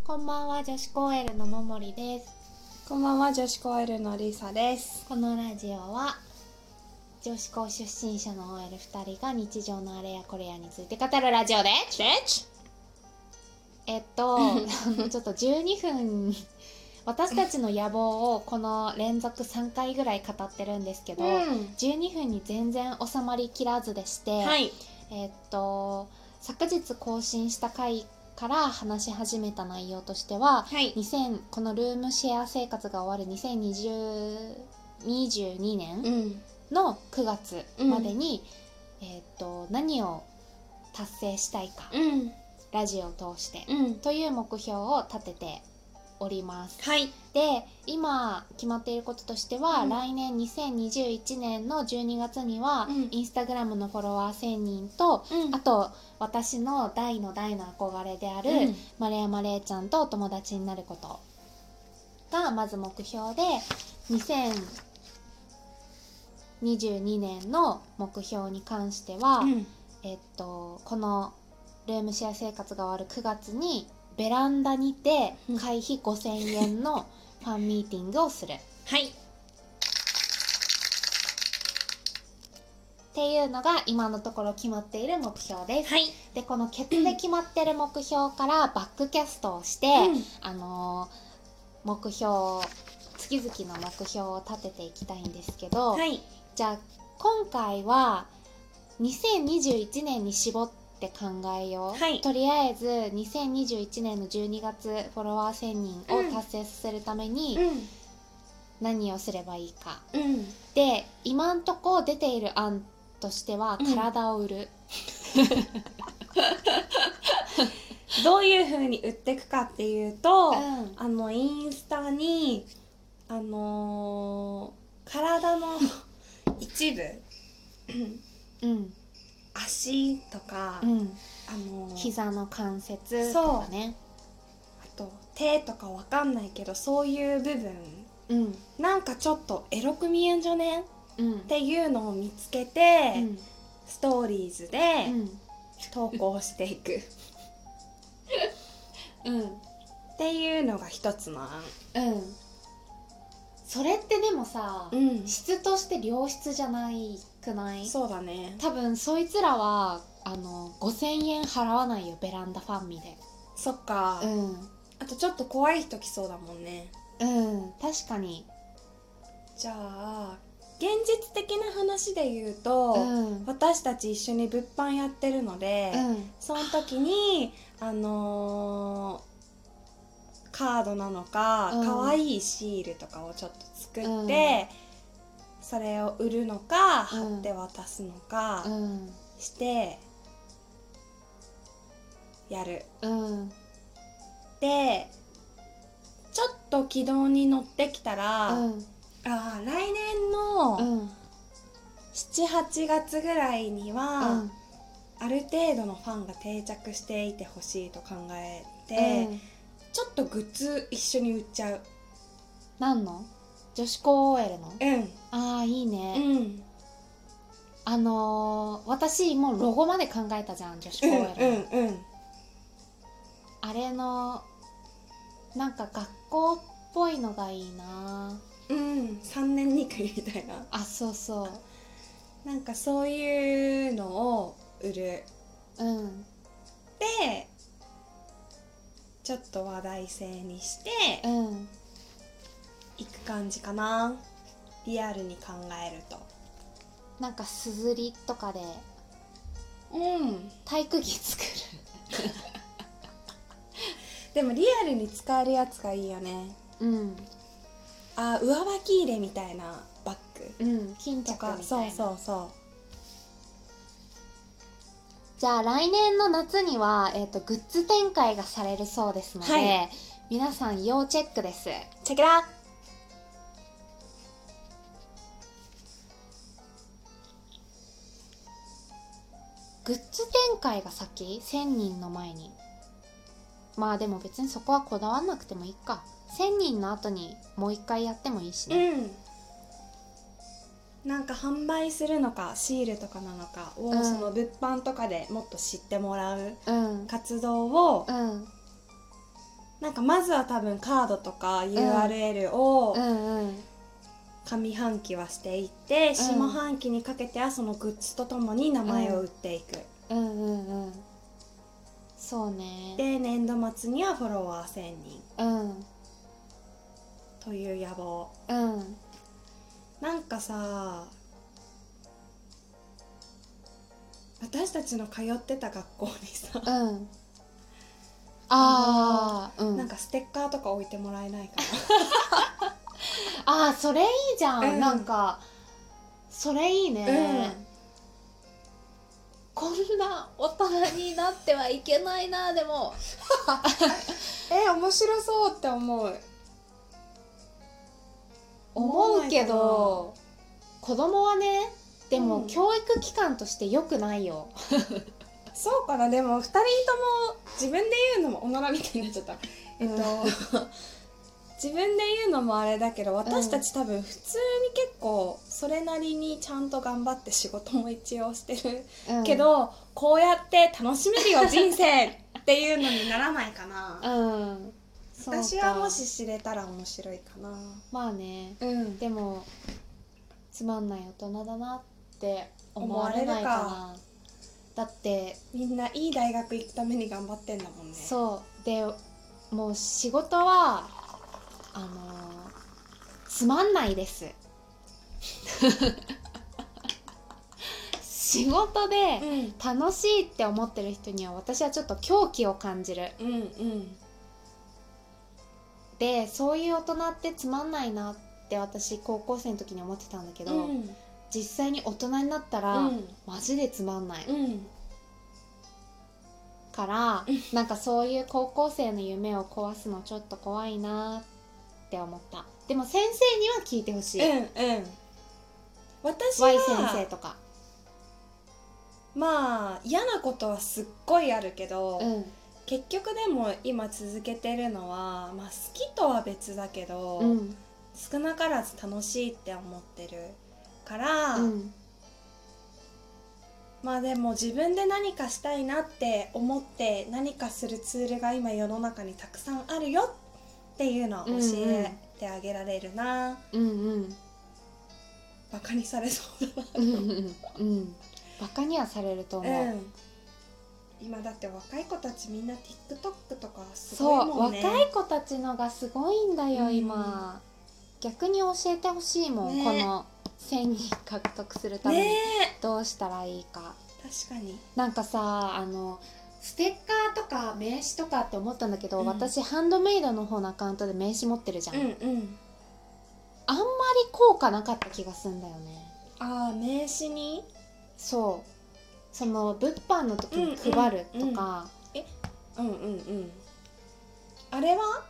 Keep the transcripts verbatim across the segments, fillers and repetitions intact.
こんばんは、女子高 L のももりです。 こんばんは、女子高 L のりさです。 このラジオは女子高出身者の オーエルふたりが日常のあれやこれやについて語るラジオでえっとちょっとじゅうにふん私たちの野望をこの連続さんかいぐらい語ってるんですけど、うん、じゅうにふんに全然収まりきらずでして、 はい、 えっと昨日更新した回から話し始めた内容としては、 はい、 にせんこのルームシェア生活が終わるにせんにじゅうにねんのくがつまでに、うん、えー、と何を達成したいか、 うん、 ラジオを通して、 うん、 という目標を立てております。 はい、 で今決まっていることとしては、うん、来年にせんにじゅういちねんのじゅうにがつには、うん、インスタグラムのフォロワーせんにんと、うん、あと私の大の大の憧れである、うん、丸山礼ちゃんとお友達になることがまず目標で、にせんにじゅうにねんの目標に関しては、うん、えっとこのルームシェア生活が終わるくがつにベランダにて会費ごせんえんのファンミーティングをする。 はい。 っていうのが今のところ決まっている目標です。 はい。 でこのケツで決まってる目標からバックキャストをして、うん、あのー、目標月々の目標を立てていきたいんですけど、 はい、 じゃあ今回はにせんにじゅういちねんに絞ってって考えよう、 はい、 とりあえずにせんにじゅういちねんのじゅうにがつフォロワーせんにんを達成させるために何をすればいいか、 うん、 で今んとこ出ている案としては体を売る、 うん、どういう風に売っていくかっていうと、うん、あのインスタにあのー、体の一部うん足とか、 うん、 あのー、 膝の関節とかね、 あと手とかわかんないけどそういう部分、うん、なんかちょっとエロく見えんじゃね、うん、っていうのを見つけて、うん、ストーリーズで投稿していく、うん、っていうのが一つの案。 うんそれってでもさ、うん、質として良質じゃないくない？ そうだね。 多分そいつらはあのごせんえん払わないよ、ベランダファンミで。 そっか、うん、あとちょっと怖い人来そうだもんね。 うん確かに。 じゃあ現実的な話で言うと、うん、私たち一緒に物販やってるので、うん、その時にあのーカードなのか、うん、かわいいシールとかをちょっと作って、うん、それを売るのか、うん、貼って渡すのか、うん、してやる、うん、でちょっと軌道に乗ってきたら、うん、あ来年のしちはちがつぐらいには、うん、ある程度のファンが定着していてほしいと考えて、うんちょっとグッズ一緒に売っちゃう。 何の？女子高 オーエル の？ うん。 ああいいね。 うん。 あのー、私もうロゴまで考えたじゃん、女子高 オーエル の。 うんうんうん。あれのなんか学校っぽいのがいいな。 うん。さんねんにくいみたいな。 あそうそう。 なんかそういうのを売る。うん。で。ちょっと話題性にして、うん、いく感じかな。リアルに考えるとなんかすずりとかでうん体育着作るでもリアルに使えるやつがいいよね。うんあ上履き入れみたいなバッグ、 うん、巾着みたいな。 そうそうそう。 じゃあ来年の夏には、えーと、グッズ展開がされるそうですので、はい、皆さん要チェックです。 チェケラ。 グッズ展開が先？せんにんの前に。まあでも別にそこはこだわんなくてもいいか。せんにんの後にもう一回やってもいいしね。うんなんか販売するのかシールとかなのかを、うん、その物販とかでもっと知ってもらう活動をなんかまずは多分カードとか ユーアールエル をうんうん上半期はしていって、うん、下半期にかけてはそのグッズとともに名前を売っていく、 うん、うんうんうんそうね。 で年度末にはフォロワーせんにん、 うん、 という野望、 うん、 なんかさ私たちの通ってた学校にさ、 うん、あー、うん、 なんかステッカーとか置いてもらえないかなあーそれいいじゃん、 うん、 なんかそれいいね、うん、こんな大人になってはいけないな。でもえ面白そうって思う思うけど子供はねでも、うん、教育機関として良くないよそうかな。でもふたりとも自分で言うのもおならみたいになっちゃったえっと、うん、自分で言うのもあれだけど私たち多分普通に結構それなりにちゃんと頑張って仕事も一応してる、うん、けどこうやって楽しめるよ人生っていうのにならないかな、うん、私はもし知れたら面白いかな。 まあね、うん、でもつまんない大人だなって思われないかな。だってみんないい大学行くために頑張ってんだもんね。 そうでもう仕事はあのー、つまんないです仕事で楽しいって思ってる人には私はちょっと狂気を感じる、うんうん、でそういう大人ってつまんないなって私高校生の時に思ってたんだけど、うん、実際に大人になったら、うん、マジでつまんない、うん、からなんかそういう高校生の夢を壊すのちょっと怖いなって思った。でも先生には聞いてほしい。うんうん。私は Y 先生とかまあ嫌なことはすっごいあるけど、うん、結局でも今続けてるのは、まあ、好きとは別だけど、うん、少なからず楽しいって思ってるから、うん、まあでも自分で何かしたいなって思って何かするツールが今世の中にたくさんあるよっていうのを教えてあげられるな、うんうん、バカにされそうだなうんうん、 うんバカにはされると思う、うん、 今だって若い子たちみんな TikTok とかすごいもんね。 そう若い子たちのがすごいんだよ、うん、今逆に教えてほしいもん、ね、このせんにん獲得するためにどうしたらいいか、ね、 確かになんかさあのステッカーとか名刺とかって思ったんだけど、うん、私ハンドメイドの方のアカウントで名刺持ってるじゃん、うんうん、あんまり効果なかった気がするんだよね。 ああ名刺にそうその物販の時に配るとか、 うんうんうん、えうんうんうんあれは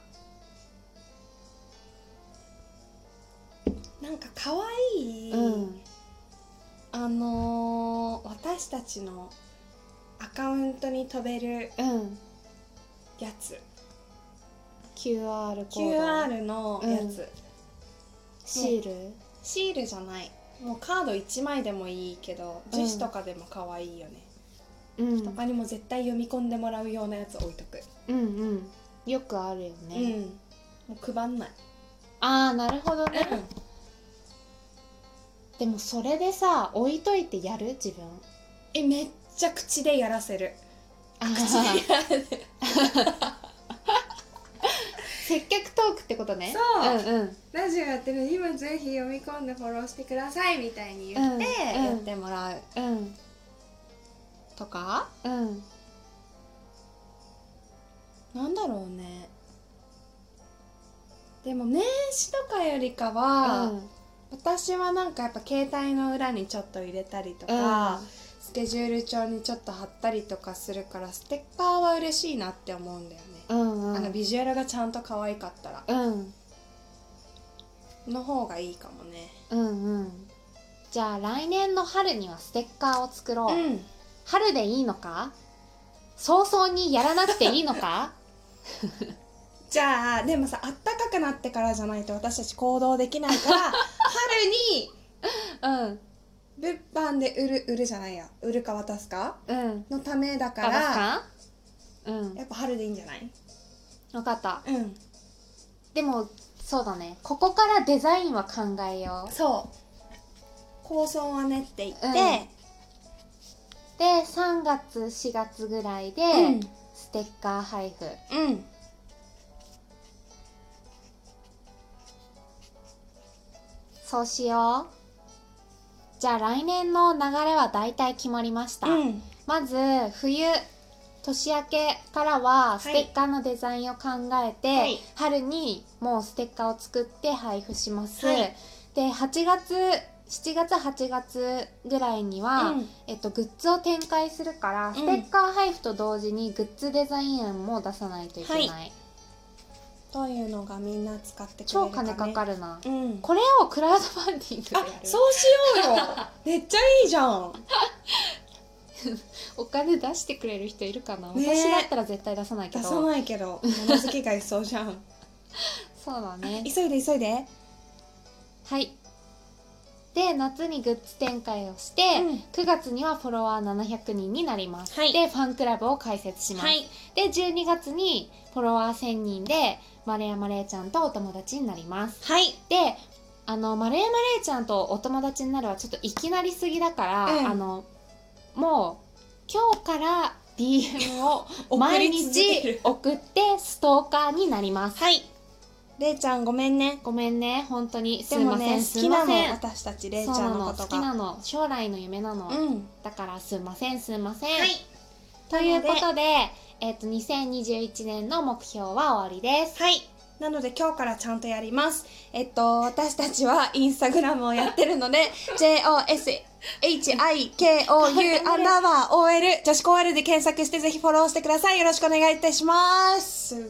なんかかわいい、うん、あのー、私たちのアカウントに飛べるやつ、うん、 キューアール コードキューアール のやつ、うん、 シールシールじゃないもうカードいちまいでもいいけど樹脂とかでも可愛いよね、うん、とかにも絶対読み込んでもらうようなやつ置いとく。 うんうんよくあるよね、うん、 もう配んない。 あーなるほどね、うん、でもそれでさ置いといてやる自分えめっちゃ口でやらせる口でやらせる接客トークってことね。 そう、うんうん、ラジオやってる今ぜひ読み込んでフォローしてくださいみたいに言ってやってもらう、うんうん、とか、うん、なんだろうね。でも名刺とかよりかは、うん、私はなんかやっぱ携帯の裏にちょっと入れたりとか、うん、スケジュール帳にちょっと貼ったりとかするからステッカーは嬉しいなって思うんだよね、うんうん、あのビジュアルがちゃんと可愛かったら、うん、の方がいいかもね。 うんうんじゃあ来年の春にはステッカーを作ろう、うん、春でいいのか早々にやらなくていいのかじゃあでもさあったかくなってからじゃないと私たち行動できないから春にうん物販で売る売るじゃないや売るか渡すか、うん、のためだから、うん、やっぱ春でいいんじゃない？ 分かった。 うん。 でもそうだね、ここからデザインは考えよう。 そう構想は練っていって、うん、 でさんがつしがつぐらいで、うん、ステッカー配布。うん。そうしよう。じゃあ来年の流れは大体決まりました。うん、まず冬年明けからはステッカーのデザインを考えて、はい、春にもうステッカーを作って配布します。はい、ではちがつしちがつはちがつぐらいには、うん、えっと、グッズを展開するから、うん、ステッカー配布と同時にグッズデザイン案も出さないといけない。はい、 どういうのがみんな使ってくれるかね。 超金かかるな、 うん、 これをクラウドファンディングでやる。 あ、そうしようよめっちゃいいじゃんお金出してくれる人いるかな、ね、私だったら絶対出さないけど。 出さないけど物好きがいそうじゃんそうだね、 急いで急いで。 はい。で夏にグッズ展開をして、うん、くがつにはフォロワーななひゃくにんになります、はい、でファンクラブを開設します、はい、でじゅうにがつにフォロワーせんにんで丸山礼ちゃんとお友達になります、はい、であの丸山礼ちゃんとお友達になるはちょっといきなりすぎだから、うん、あのもう今日から ディーエム を毎日送ってストーカーになります。 はい、れいちゃんごめんね。 ごめんね、本当にすいません。でもね、 好きなの、私たちれいちゃんのことが。 好きなの、将来の夢なの、うん、だからすいませんすいません、はい、ということで、えー、とにせんにじゅういちねんの目標は終わりです。 はい、なので今日からちゃんとやります。えっと私たちはインスタグラムをやってるのでジェイオーエスエイチアイケーオーユー アンダーバー オーエル 女子高 オーエル で検索してぜひフォローしてください。よろしくお願いいたします。